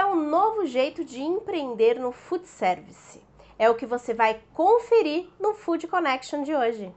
um novo jeito de empreender no food service. É o que você vai conferir no Food Connection de hoje.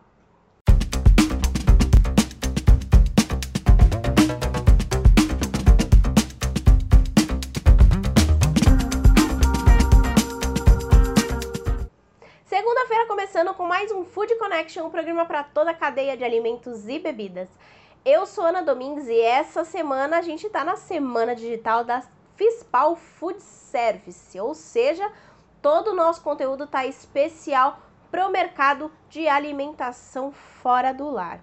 Segunda-feira começando com mais um Food Connection, um programa para toda a cadeia de alimentos e bebidas. Eu sou Ana Domingues e essa semana a gente está na Semana Digital da FISPAL Food Service, ou seja, todo o nosso conteúdo está especial para o mercado de alimentação fora do lar.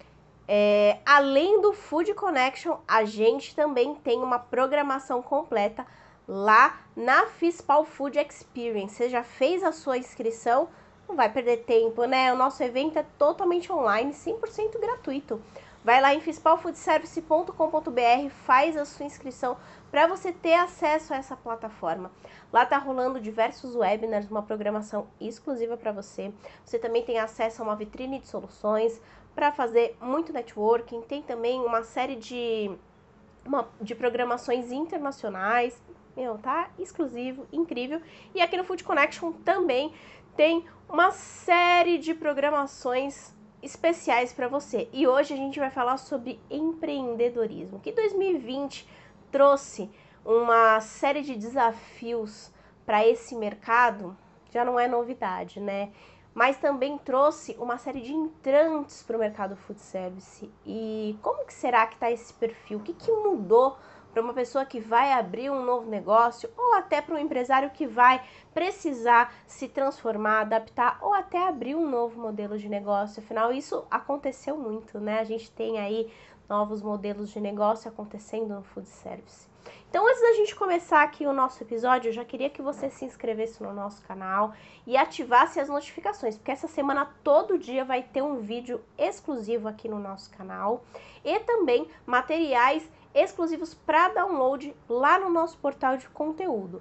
Além do Food Connection, a gente também tem uma programação completa lá na FISPAL Food Experience. Você já fez a sua inscrição? Não vai perder tempo, né? O nosso evento é totalmente online, 100% gratuito. Vai lá em fispalfoodservice.com.br, faz a sua inscrição para você ter acesso a essa plataforma. Lá tá rolando diversos webinars, uma programação exclusiva para você. Você também tem acesso a uma vitrine de soluções para fazer muito networking. Tem também uma série de programações internacionais. Tá exclusivo, incrível. E aqui no Food Connection também tem uma série de programações especiais para você. E hoje a gente vai falar sobre empreendedorismo, que 2020 trouxe uma série de desafios para esse mercado, já não é novidade, né? Mas também trouxe uma série de entrantes para o mercado food service. E como que será que está esse perfil? O que mudou para uma pessoa que vai abrir um novo negócio ou até para um empresário que vai precisar se transformar, adaptar ou até abrir um novo modelo de negócio? Afinal, isso aconteceu muito, né? A gente tem aí novos modelos de negócio acontecendo no food service. Então, antes da gente começar aqui o nosso episódio, eu já queria que você se inscrevesse no nosso canal e ativasse as notificações, porque essa semana todo dia vai ter um vídeo exclusivo aqui no nosso canal e também materiais exclusivos para download lá no nosso portal de conteúdo,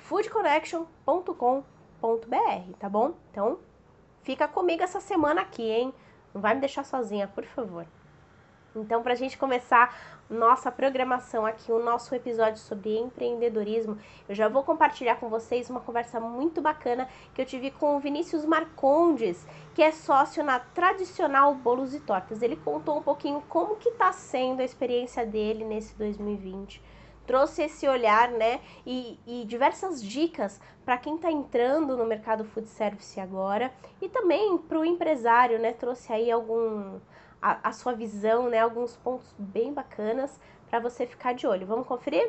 foodconnection.com.br, tá bom? Então, fica comigo essa semana aqui, hein? Não vai me deixar sozinha, por favor. Então, para a gente começar nossa programação aqui, o nosso episódio sobre empreendedorismo, eu já vou compartilhar com vocês uma conversa muito bacana que eu tive com o Vinícius Marcondes, que é sócio na Tradicional Bolos e Tortas. Ele contou um pouquinho como que está sendo a experiência dele nesse 2020. Trouxe esse olhar, né, e diversas dicas para quem está entrando no mercado food service agora e também para o empresário, né, trouxe aí a sua visão, né, alguns pontos bem bacanas para você ficar de olho. Vamos conferir?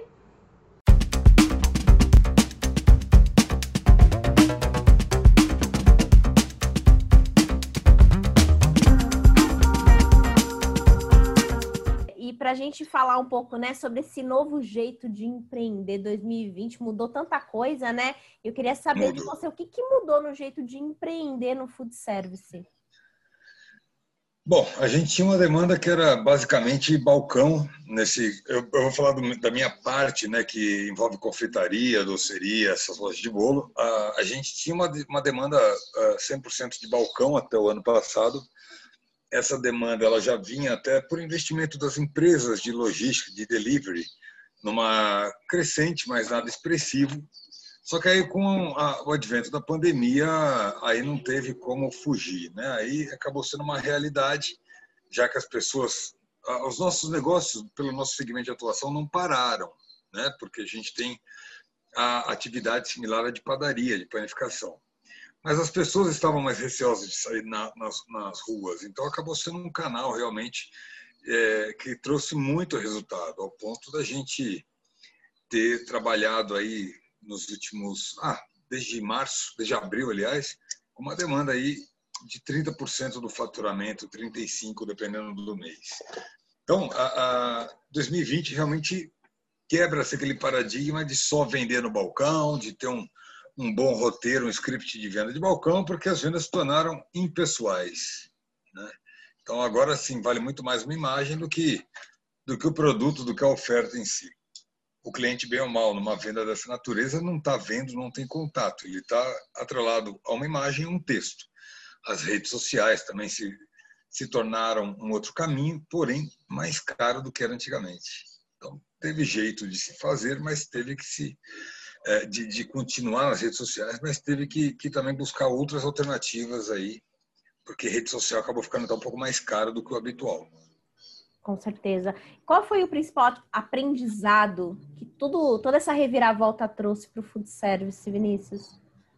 E para a gente falar um pouco, né, sobre esse novo jeito de empreender, 2020 mudou tanta coisa, né? Eu queria saber de você o que mudou no jeito de empreender no food service. Bom, a gente tinha uma demanda que era basicamente balcão. Eu vou falar da minha parte, né, que envolve confeitaria, doceria, essas lojas de bolo. A gente tinha uma demanda 100% de balcão até o ano passado. Essa demanda ela já vinha até por investimento das empresas de logística, de delivery, numa crescente, mas nada expressivo. Só que aí, com o advento da pandemia, aí não teve como fugir, né? Aí acabou sendo uma realidade, já que as pessoas, os nossos negócios, pelo nosso segmento de atuação, não pararam, né? Porque a gente tem a atividade similar à de padaria, de panificação. Mas as pessoas estavam mais receosas de sair nas ruas, então acabou sendo um canal realmente que trouxe muito resultado, ao ponto da gente ter trabalhado aí nos últimos, desde março, desde abril, aliás, com uma demanda aí de 30% do faturamento, 35%, dependendo do mês. Então, 2020 realmente quebra-se aquele paradigma de só vender no balcão, de ter um bom roteiro, um script de venda de balcão, porque as vendas se tornaram impessoais, né? Então, agora sim, vale muito mais uma imagem do que o produto, do que a oferta em si. O cliente, bem ou mal, numa venda dessa natureza, não está vendo, não tem contato. Ele está atrelado a uma imagem e um texto. As redes sociais também se tornaram um outro caminho, porém mais caro do que era antigamente. Então, teve jeito de se fazer, mas teve que de continuar nas redes sociais, mas teve que também buscar outras alternativas aí, porque rede social acabou ficando até um pouco mais cara do que o habitual. Com certeza. Qual foi o principal aprendizado que toda essa reviravolta trouxe para o food service, Vinícius?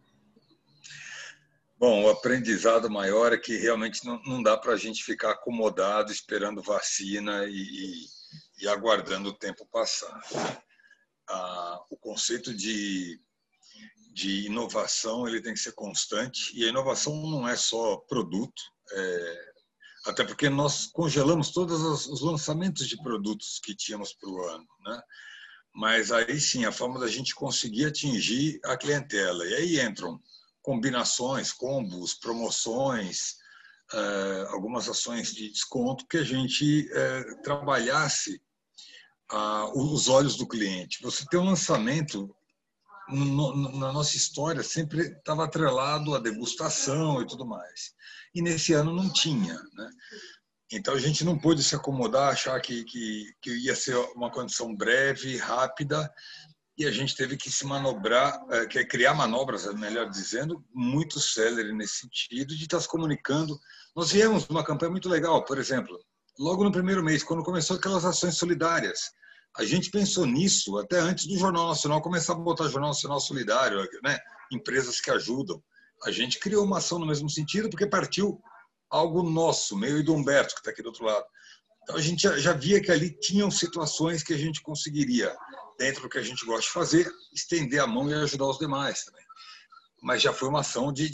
Bom, o aprendizado maior é que realmente não dá para a gente ficar acomodado esperando vacina e aguardando o tempo passar. O conceito de inovação ele tem que ser constante, e a inovação não é só produto, até porque nós congelamos todos os lançamentos de produtos que tínhamos para o ano, né? Mas aí sim, a forma da gente conseguir atingir a clientela. E aí entram combinações, combos, promoções, algumas ações de desconto que a gente trabalhasse os olhos do cliente. Você tem um lançamento, na nossa história, sempre estava atrelado à degustação e tudo mais. E nesse ano não tinha, né? Então a gente não pôde se acomodar, achar que ia ser uma condição breve, rápida, e a gente teve que se manobrar, criar manobras, melhor dizendo, muito célere nesse sentido, de estar se comunicando. Nós viemos uma campanha muito legal, por exemplo, logo no primeiro mês, quando começou aquelas ações solidárias. A gente pensou nisso até antes do Jornal Nacional começar a botar Jornal Nacional Solidário, né? Empresas que ajudam. A gente criou uma ação no mesmo sentido, porque partiu algo nosso, meu e do Humberto, que está aqui do outro lado. Então, a gente já via que ali tinham situações que a gente conseguiria, dentro do que a gente gosta de fazer, estender a mão e ajudar os demais também. Mas já foi uma ação de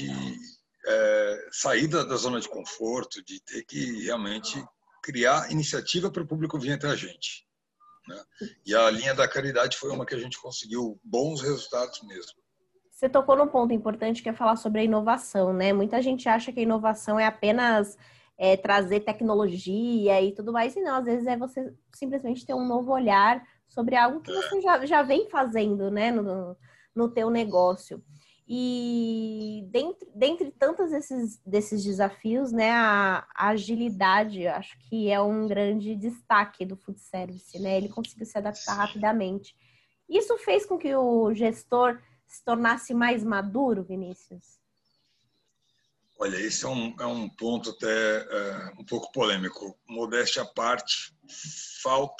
saída da zona de conforto, de ter que realmente criar iniciativa para o público vir até a gente, né? E a linha da caridade foi uma que a gente conseguiu bons resultados mesmo. Você tocou num ponto importante que é falar sobre a inovação, né? Muita gente acha que a inovação é apenas trazer tecnologia e tudo mais, e não, às vezes é você simplesmente ter um novo olhar sobre algo que você já vem fazendo, né, no teu negócio. E dentre tantos desses desafios, né, a agilidade, acho que é um grande destaque do food service, né? Ele conseguiu se adaptar rapidamente. Isso fez com que o gestor se tornasse mais maduro, Vinícius? Olha, esse é um ponto até um pouco polêmico. Modéstia à parte, falta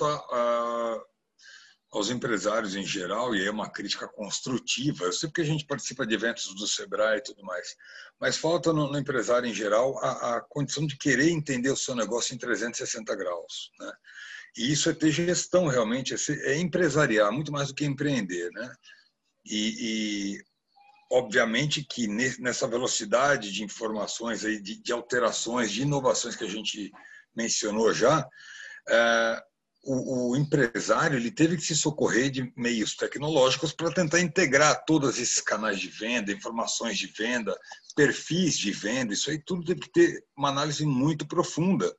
aos empresários em geral, e é uma crítica construtiva, eu sei porque a gente participa de eventos do Sebrae e tudo mais, mas falta no empresário em geral a condição de querer entender o seu negócio em 360 graus, né? E isso é ter gestão realmente, é empresariar, muito mais do que empreender, né? E obviamente que nessa velocidade de informações, aí, de alterações, de inovações que a gente mencionou já, o empresário ele teve que se socorrer de meios tecnológicos para tentar integrar todos esses canais de venda, informações de venda, perfis de venda, isso aí tudo teve que ter uma análise muito profunda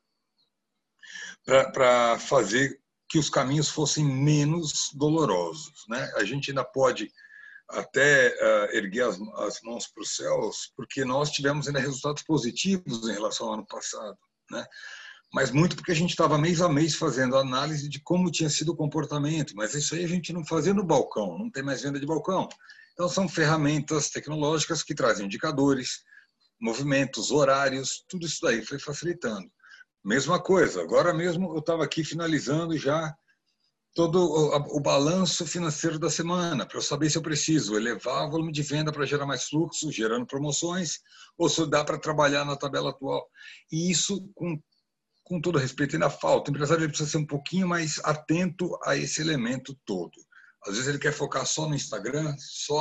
para fazer que os caminhos fossem menos dolorosos, né? A gente ainda pode até erguer as mãos para os céus, porque nós tivemos ainda resultados positivos em relação ao ano passado, né? Mas muito porque a gente estava mês a mês fazendo análise de como tinha sido o comportamento, mas isso aí a gente não fazia no balcão, não tem mais venda de balcão. Então são ferramentas tecnológicas que trazem indicadores, movimentos, horários, tudo isso daí foi facilitando. Mesma coisa, agora mesmo eu estava aqui finalizando já todo o balanço financeiro da semana, para eu saber se eu preciso elevar o volume de venda para gerar mais fluxo, gerando promoções, ou se dá para trabalhar na tabela atual. E isso, com todo respeito, ainda falta. O empresário precisa ser um pouquinho mais atento a esse elemento todo. Às vezes ele quer focar só no Instagram, só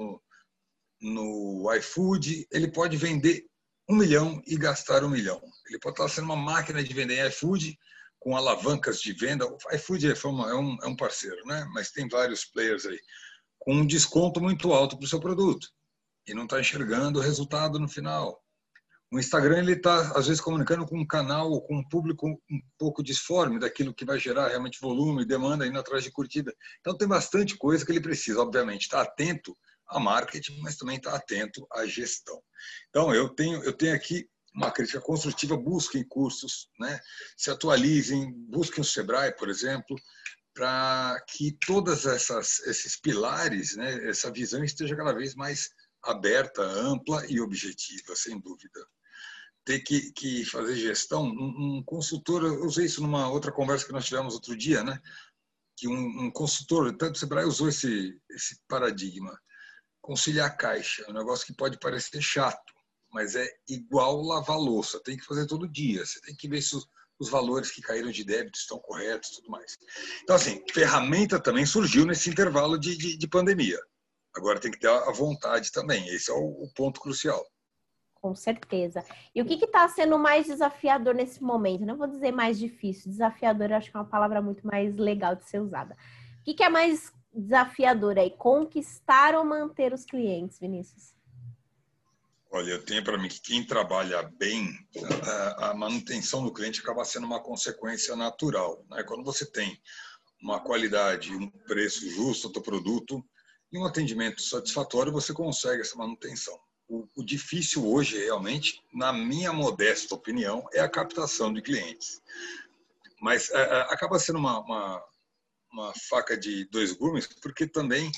no iFood. Ele pode vender 1 milhão e gastar 1 milhão. Ele pode estar sendo uma máquina de vender em iFood, com alavancas de venda. O iFood é um parceiro, né? Mas tem vários players aí, com um desconto muito alto para o seu produto. E não está enxergando o resultado no final. O Instagram ele está, às vezes, comunicando com um canal ou com um público um pouco disforme daquilo que vai gerar realmente volume, demanda, indo atrás de curtida. Então, tem bastante coisa que ele precisa, obviamente, estar atento a marketing, mas também estar atento à gestão. Então, eu tenho aqui uma crítica construtiva, busquem cursos, né? Se atualizem, busquem o Sebrae, por exemplo, para que todas esses pilares, né, essa visão esteja cada vez mais aberta, ampla e objetiva, sem dúvida. Ter que fazer gestão, um consultor, eu usei isso numa outra conversa que nós tivemos outro dia, né? Que um consultor, tanto o Sebrae usou esse paradigma, conciliar a caixa, é um negócio que pode parecer chato, mas é igual lavar louça, tem que fazer todo dia, você tem que ver se os valores que caíram de débito estão corretos e tudo mais. Então, assim, ferramenta também surgiu nesse intervalo de pandemia. Agora tem que ter a vontade também, esse é o ponto crucial. Com certeza. E o que está sendo mais desafiador nesse momento? Não vou dizer mais difícil, desafiador eu acho que é uma palavra muito mais legal de ser usada. O que é mais desafiador aí? Conquistar ou manter os clientes, Vinícius? Olha, eu tenho para mim que quem trabalha bem, a manutenção do cliente acaba sendo uma consequência natural, né? Quando você tem uma qualidade, um preço justo do produto e um atendimento satisfatório, você consegue essa manutenção. O difícil hoje, realmente, na minha modesta opinião, é a captação de clientes. Mas acaba sendo uma faca de dois gumes, porque também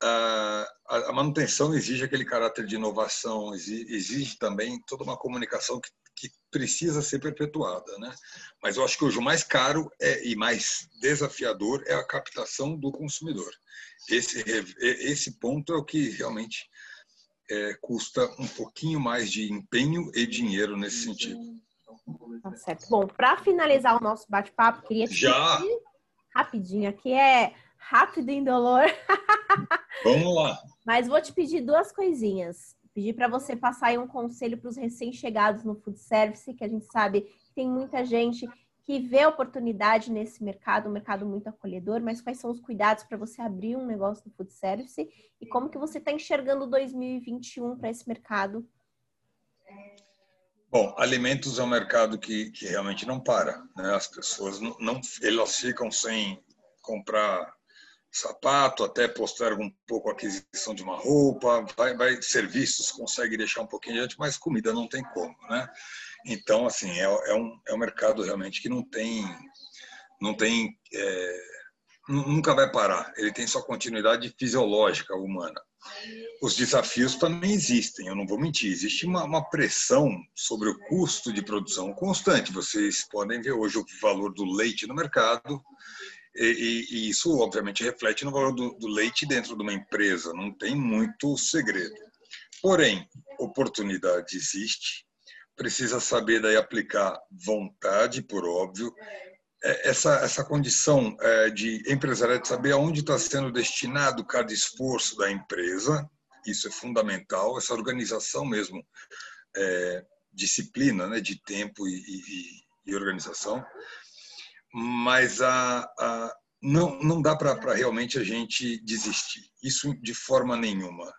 a manutenção exige aquele caráter de inovação, exige também toda uma comunicação que precisa ser perpetuada, né? Mas eu acho que hoje o mais caro e mais desafiador é a captação do consumidor. Esse ponto é o que realmente custa um pouquinho mais de empenho e dinheiro nesse sentido. Tá certo. Bom, para finalizar o nosso bate-papo, queria te pedir rapidinho, aqui é rápido e indolor. Vamos lá. Mas vou te pedir duas coisinhas. Pedir para você passar aí um conselho para os recém-chegados no food service, que a gente sabe que tem muita gente que vê oportunidade nesse mercado, um mercado muito acolhedor, mas quais são os cuidados para você abrir um negócio no food service e como que você está enxergando 2021 para esse mercado? Bom, alimentos é um mercado que realmente não para, né? As pessoas elas ficam sem comprar sapato, até postergam um pouco a aquisição de uma roupa, serviços consegue deixar um pouquinho adiante, mas comida não tem como, né? Então, assim, é um mercado realmente que nunca vai parar. Ele tem sua continuidade fisiológica humana. Os desafios também existem, eu não vou mentir. Existe uma pressão sobre o custo de produção constante. Vocês podem ver hoje o valor do leite no mercado e isso, obviamente, reflete no valor do leite dentro de uma empresa. Não tem muito segredo. Porém, oportunidade existe. Precisa saber daí aplicar vontade, por óbvio. Essa condição de empresarial, de saber aonde está sendo destinado cada esforço da empresa, isso é fundamental, essa organização mesmo, disciplina, né, de tempo e organização, mas não dá para realmente a gente desistir, isso de forma nenhuma.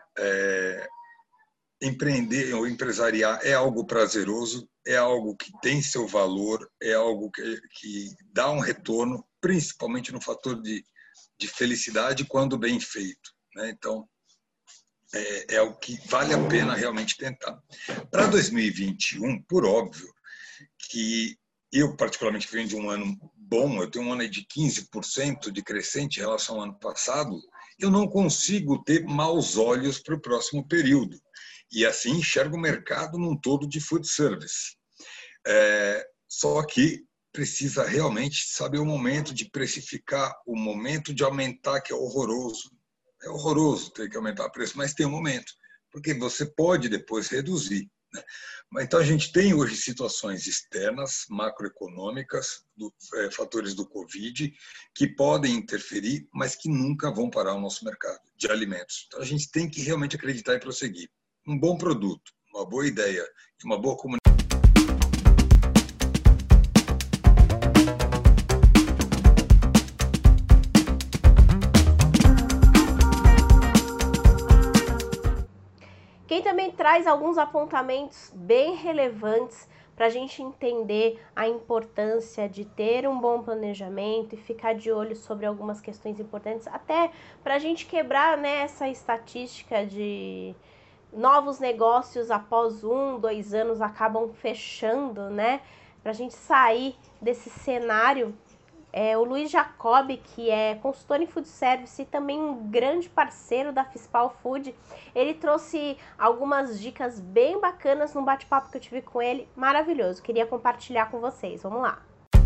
Empreender ou empresariar é algo prazeroso, é algo que tem seu valor, é algo que dá um retorno, principalmente no fator de felicidade quando bem feito, né? Então, é algo que vale a pena realmente tentar. Para 2021, por óbvio, que eu particularmente venho de um ano bom, eu tenho um ano de 15% de crescente em relação ao ano passado, eu não consigo ter maus olhos para o próximo período. E assim enxerga o mercado num todo de food service. Só que precisa realmente saber o momento de precificar, o momento de aumentar, que é horroroso. É horroroso ter que aumentar o preço, mas tem um momento, porque você pode depois reduzir, né? Então a gente tem hoje situações externas, macroeconômicas, fatores do Covid, que podem interferir, mas que nunca vão parar o nosso mercado de alimentos. Então a gente tem que realmente acreditar e prosseguir. Um bom produto, uma boa ideia e uma boa comunicação. Quem também traz alguns apontamentos bem relevantes para a gente entender a importância de ter um bom planejamento e ficar de olho sobre algumas questões importantes, até para a gente quebrar, né, essa estatística novos negócios após 1, 2 anos acabam fechando, né? Para a gente sair desse cenário, o Luiz Jacob, que é consultor em food service e também um grande parceiro da Fispal Food, ele trouxe algumas dicas bem bacanas num bate-papo que eu tive com ele, maravilhoso. Queria compartilhar com vocês, vamos lá.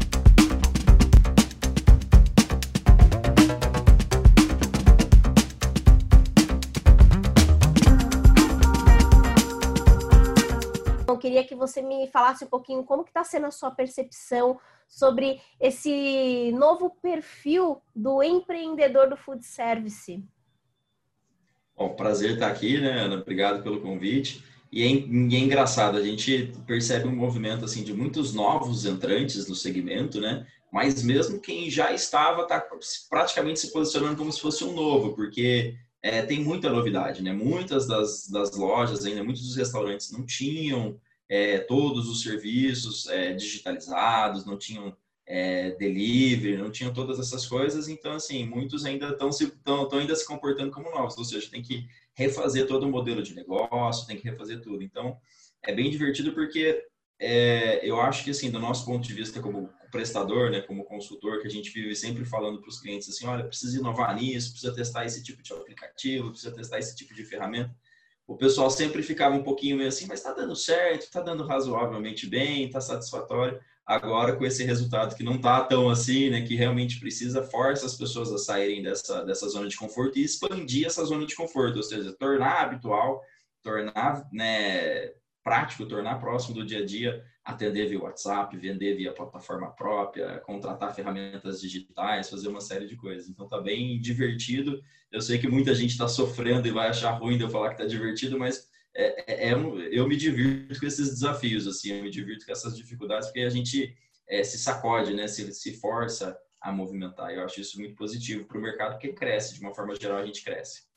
Eu queria que você me falasse um pouquinho como que está sendo a sua percepção sobre esse novo perfil do empreendedor do food service. Bom, prazer estar aqui, né, Ana? Obrigado pelo convite. E é engraçado, a gente percebe um movimento assim de muitos novos entrantes no segmento, né? Mas mesmo quem já estava está praticamente se posicionando como se fosse um novo, porque tem muita novidade, né? Muitas das lojas ainda, muitos dos restaurantes não tinham todos os serviços digitalizados, não tinham delivery, não tinham todas essas coisas, então assim, muitos ainda estão ainda se comportando como novos, ou seja, tem que refazer todo o modelo de negócio, tem que refazer tudo. Então, é bem divertido porque eu acho que assim, do nosso ponto de vista como prestador, né, como consultor, que a gente vive sempre falando para os clientes assim, olha, precisa inovar nisso, precisa testar esse tipo de aplicativo, precisa testar esse tipo de ferramenta. O pessoal sempre ficava um pouquinho meio assim, mas está dando certo, está dando razoavelmente bem, está satisfatório. Agora, com esse resultado que não está tão assim, né, que realmente precisa, força as pessoas a saírem dessa zona de conforto e expandir essa zona de conforto, ou seja, tornar habitual, tornar, né, prático, tornar próximo do dia a dia, atender via WhatsApp, vender via plataforma própria, contratar ferramentas digitais, fazer uma série de coisas. Então, está bem divertido. Eu sei que muita gente está sofrendo e vai achar ruim de eu falar que está divertido, mas eu me divirto com esses desafios, assim, eu me divirto com essas dificuldades, porque a gente se sacode, né, se força a movimentar. Eu acho isso muito positivo para o mercado, porque cresce, de uma forma geral, a gente cresce.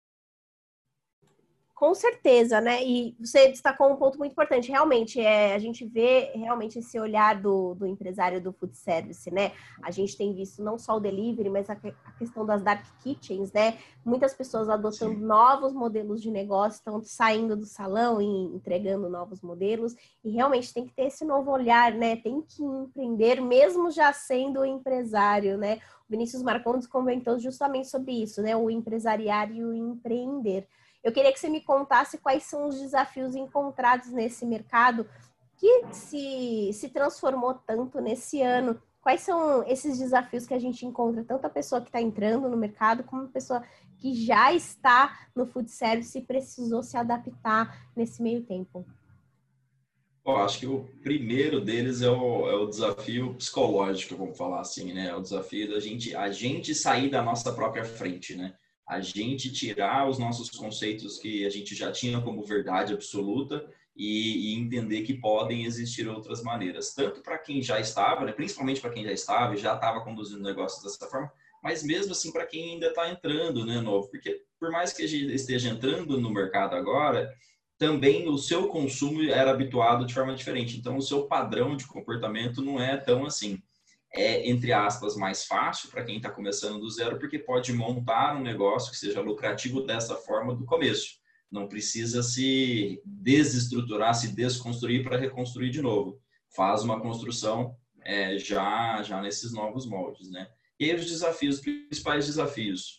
Com certeza, né? E você destacou um ponto muito importante. Realmente, a gente vê realmente esse olhar do empresário do food service, né? A gente tem visto não só o delivery, mas a questão das dark kitchens, né? Muitas pessoas adotando novos modelos de negócio, estão saindo do salão e entregando novos modelos. E realmente tem que ter esse novo olhar, né? Tem que empreender, mesmo já sendo empresário, né? O Vinícius Marcondes comentou justamente sobre isso, né? O empresariar e o empreender. Eu queria que você me contasse quais são os desafios encontrados nesse mercado que se transformou tanto nesse ano. Quais são esses desafios que a gente encontra, tanto a pessoa que está entrando no mercado, como a pessoa que já está no food service e precisou se adaptar nesse meio tempo? Bom, acho que o primeiro deles é o desafio psicológico, vamos falar assim, né? É o desafio da a gente sair da nossa própria frente, né? A gente tirar os nossos conceitos que a gente já tinha como verdade absoluta e entender que podem existir outras maneiras, tanto para quem já estava, né, principalmente para quem já estava e já estava conduzindo negócios dessa forma, mas mesmo assim para quem ainda está entrando, né, novo, porque por mais que a gente esteja entrando no mercado agora, também o seu consumo era habituado de forma diferente, então o seu padrão de comportamento não é tão assim. Entre aspas, mais fácil para quem está começando do zero, porque pode montar um negócio que seja lucrativo dessa forma do começo. Não precisa se desestruturar, se desconstruir para reconstruir de novo. Faz uma construção já nesses novos moldes, né? E aí os desafios, os principais desafios.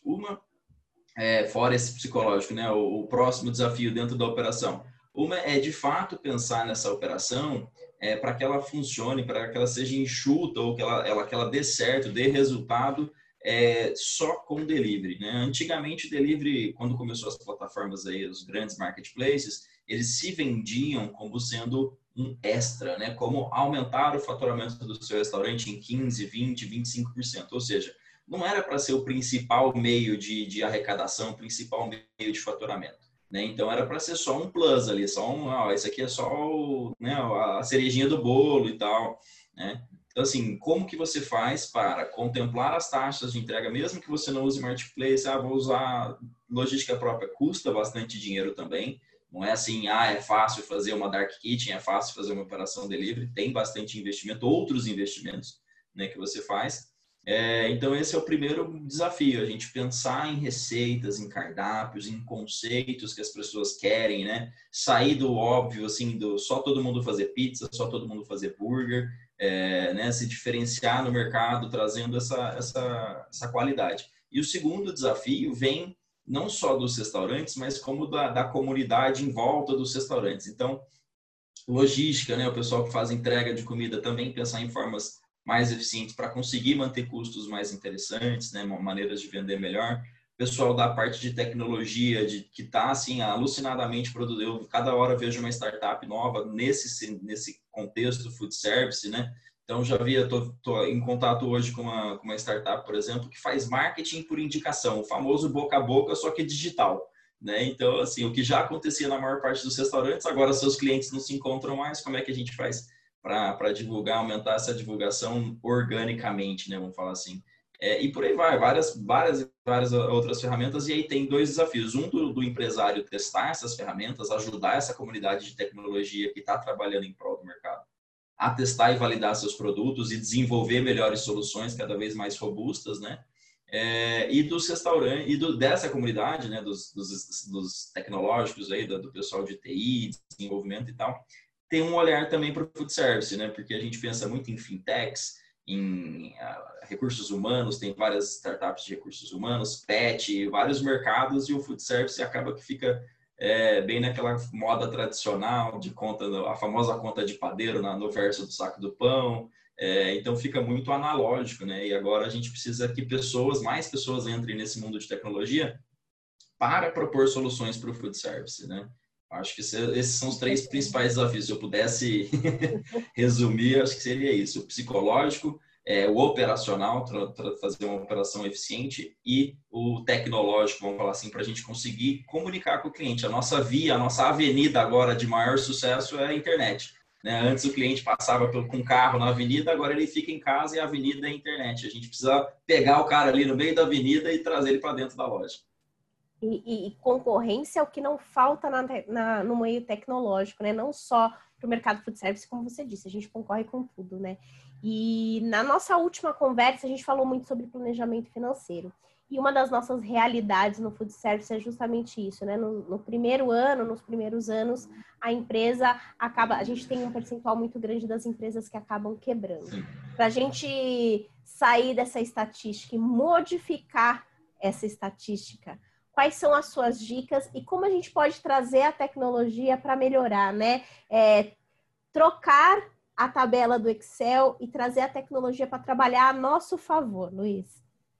Fora esse psicológico, né? O próximo desafio dentro da operação. Uma é, de fato, pensar nessa operação para que ela funcione, para que ela seja enxuta ou que ela dê certo, dê resultado só com delivery, né? Antigamente, o delivery, quando começou as plataformas aí, os grandes marketplaces, eles se vendiam como sendo um extra, né? Como aumentar o faturamento do seu restaurante em 15%, 20%, 25%. Ou seja, não era para ser o principal meio de arrecadação, o principal meio de faturamento. Né? Então, era para ser só um plus ali, isso aqui é só a cerejinha do bolo e tal. Né? Então, assim, como que você faz para contemplar as taxas de entrega, mesmo que você não use marketplace, vou usar logística própria, custa bastante dinheiro também. Não é assim, é fácil fazer uma dark kitchen, é fácil fazer uma operação delivery, tem bastante investimento, outros investimentos, né, que você faz. Então, esse é o primeiro desafio, a gente pensar em receitas, em cardápios, em conceitos que as pessoas querem, né? Sair do óbvio, assim, do só todo mundo fazer pizza, só todo mundo fazer burger, né? Se diferenciar no mercado, trazendo essa qualidade. E o segundo desafio vem não só dos restaurantes, mas como da comunidade em volta dos restaurantes. Então, logística, né? O pessoal que faz entrega de comida também pensar em formas mais eficientes para conseguir manter custos mais interessantes, né? Maneiras de vender melhor. O pessoal da parte de tecnologia, que está assim alucinadamente produzindo. Cada hora vejo uma startup nova nesse contexto food service, né? Então já vi, tô em contato hoje com uma startup, por exemplo, que faz marketing por indicação, o famoso boca a boca, só que digital. Né? Então, assim, o que já acontecia na maior parte dos restaurantes, agora seus clientes não se encontram mais, como é que a gente faz para divulgar, aumentar essa divulgação organicamente, né? Vamos falar assim. E por aí vai, várias outras ferramentas, e aí tem dois desafios. Um do empresário testar essas ferramentas, ajudar essa comunidade de tecnologia que está trabalhando em prol do mercado a testar e validar seus produtos e desenvolver melhores soluções cada vez mais robustas, né? E dos restaurantes, e dessa comunidade, né, dos tecnológicos aí, do pessoal de TI, desenvolvimento e tal, tem um olhar também para o food service, né? Porque a gente pensa muito em fintechs, em recursos humanos, tem várias startups de recursos humanos, pet, vários mercados, e o food service acaba que fica bem naquela moda tradicional de conta, a famosa conta de padeiro no verso do saco do pão. Então fica muito analógico, né? E agora a gente precisa que mais pessoas entrem nesse mundo de tecnologia para propor soluções para o food service, né? Acho que esses são os três principais desafios. Se eu pudesse resumir, acho que seria isso: o psicológico, o operacional, fazer uma operação eficiente, e o tecnológico, vamos falar assim, para a gente conseguir comunicar com o cliente. A nossa avenida agora de maior sucesso é a internet. Né? Antes o cliente passava com carro na avenida, agora ele fica em casa e a avenida é a internet. A gente precisa pegar o cara ali no meio da avenida e trazer ele para dentro da loja. E concorrência é o que não falta no meio tecnológico, né? Não só para o mercado food service, como você disse, a gente concorre com tudo, né? E na nossa última conversa, a gente falou muito sobre planejamento financeiro. E uma das nossas realidades no food service é justamente isso, né? No primeiro ano, nos primeiros anos, a empresa a gente tem um percentual muito grande das empresas que acabam quebrando. Para a gente sair dessa estatística e modificar essa estatística, quais são as suas dicas e como a gente pode trazer a tecnologia para melhorar, né? Trocar a tabela do Excel e trazer a tecnologia para trabalhar a nosso favor, Luiz.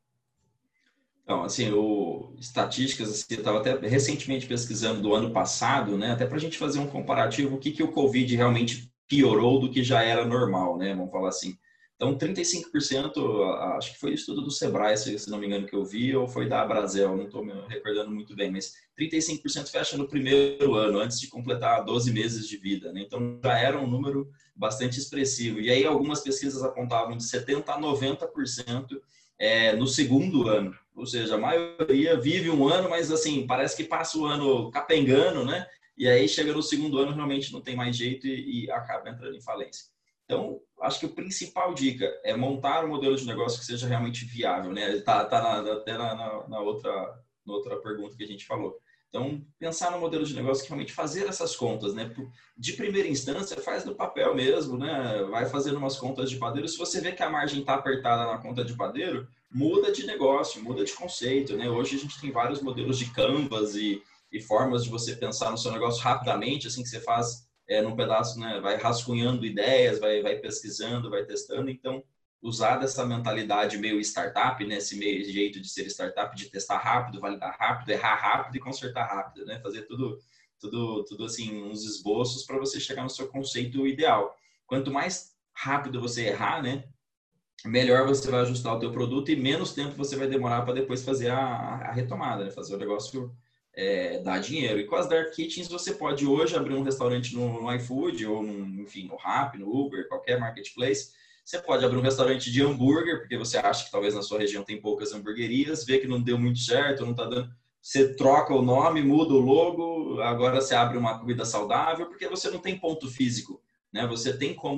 Então, assim, estatísticas, assim, eu estava até recentemente pesquisando do ano passado, né? Até para a gente fazer um comparativo, o que o Covid realmente piorou do que já era normal, né? Vamos falar assim. Então, 35%, acho que foi o estudo do Sebrae, se não me engano, que eu vi, ou foi da Abrazel, não estou me recordando muito bem, mas 35% fecha no primeiro ano, antes de completar 12 meses de vida, né? Então, já era um número bastante expressivo. E aí, algumas pesquisas apontavam de 70% a 90% no segundo ano. Ou seja, a maioria vive um ano, mas assim, parece que passa o ano capengando, né? E aí, chega no segundo ano, realmente não tem mais jeito e acaba entrando em falência. Então, acho que a principal dica é montar um modelo de negócio que seja realmente viável, né? Até na outra pergunta que a gente falou. Então, pensar no modelo de negócio que realmente fazer essas contas, né? De primeira instância, faz no papel mesmo, né? Vai fazendo umas contas de padeiro. Se você vê que a margem está apertada na conta de padeiro, muda de negócio, muda de conceito, né? Hoje a gente tem vários modelos de Canvas e formas de você pensar no seu negócio rapidamente, assim que você faz num pedaço, né? Vai rascunhando ideias, vai pesquisando, vai testando. Então, usar dessa mentalidade meio startup, né? Esse meio jeito de ser startup, de testar rápido, validar rápido, errar rápido e consertar rápido, né? Fazer tudo assim, uns esboços para você chegar no seu conceito ideal. Quanto mais rápido você errar, né? Melhor você vai ajustar o teu produto e menos tempo você vai demorar para depois fazer a retomada, né? Fazer o negócio dar dinheiro. E com as Dark Kitchens você pode hoje abrir um restaurante no iFood ou enfim, no Rappi, no Uber, qualquer marketplace. Você pode abrir um restaurante de hambúrguer, porque você acha que talvez na sua região tem poucas hamburguerias, vê que não deu muito certo, não está dando. Você troca o nome, muda o logo, agora você abre uma comida saudável, porque você não tem ponto físico, né? Você tem como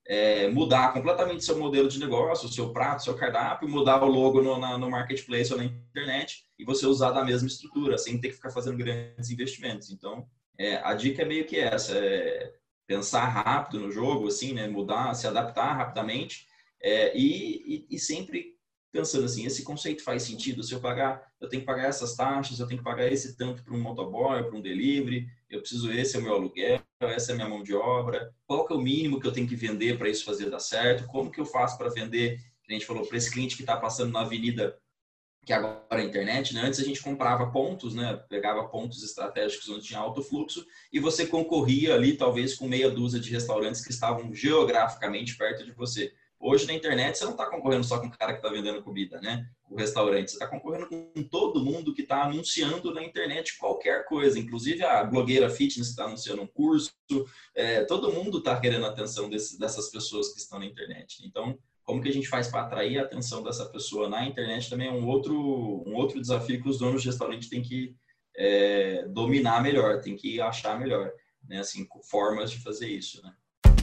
mudar completamente seu modelo de negócio, o seu prato, seu cardápio, mudar o logo no marketplace ou na internet e você usar da mesma estrutura, sem ter que ficar fazendo grandes investimentos. Então, a dica é meio que essa, pensar rápido no jogo, assim, né? Mudar, se adaptar rapidamente e sempre pensando assim, esse conceito faz sentido? Se eu tenho que pagar essas taxas, eu tenho que pagar esse tanto para um motoboy, para um delivery, esse é o meu aluguel, essa é a minha mão de obra, qual que é o mínimo que eu tenho que vender para isso fazer dar certo, como que eu faço para vender, a gente falou, para esse cliente que está passando na avenida, que agora é a internet, né? Antes a gente comprava pontos, né? Pegava pontos estratégicos onde tinha alto fluxo e você concorria ali talvez com meia dúzia de restaurantes que estavam geograficamente perto de você. Hoje na internet você não está concorrendo só com o cara que está vendendo comida, né? O restaurante, você está concorrendo com todo mundo que está anunciando na internet qualquer coisa, inclusive a blogueira fitness que está anunciando um curso, todo mundo está querendo a atenção dessas pessoas que estão na internet. Então, como que a gente faz para atrair a atenção dessa pessoa na internet também é um outro desafio que os donos de restaurante têm que dominar melhor, têm que achar melhor, né? Assim, formas de fazer isso, né?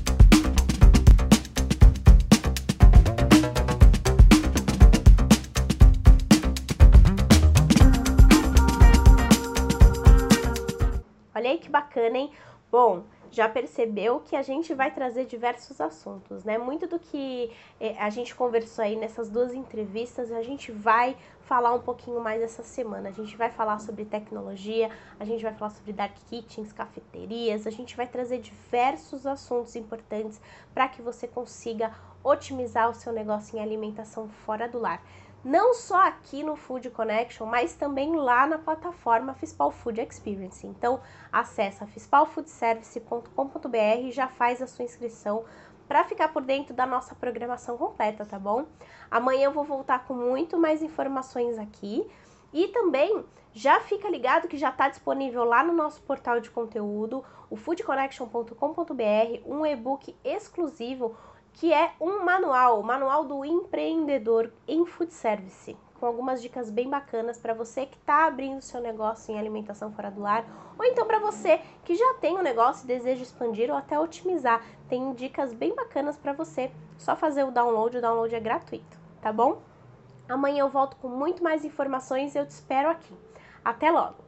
Olha aí que bacana, hein? Bom, já percebeu que a gente vai trazer diversos assuntos, né? Muito do que a gente conversou aí nessas duas entrevistas, a gente vai falar um pouquinho mais essa semana. A gente vai falar sobre tecnologia, a gente vai falar sobre dark kitchens, cafeterias, a gente vai trazer diversos assuntos importantes para que você consiga otimizar o seu negócio em alimentação fora do lar. Não só aqui no Food Connection, mas também lá na plataforma Fispal Food Experience. Então, acessa fispalfoodservice.com.br e já faz a sua inscrição para ficar por dentro da nossa programação completa, tá bom? Amanhã eu vou voltar com muito mais informações aqui e também já fica ligado que já está disponível lá no nosso portal de conteúdo, o foodconnection.com.br, um e-book exclusivo que é um manual, o Manual do Empreendedor em Food Service, com algumas dicas bem bacanas para você que está abrindo seu negócio em alimentação fora do lar, ou então para você que já tem um negócio e deseja expandir ou até otimizar. Tem dicas bem bacanas para você, só fazer o download é gratuito, tá bom? Amanhã eu volto com muito mais informações e eu te espero aqui. Até logo!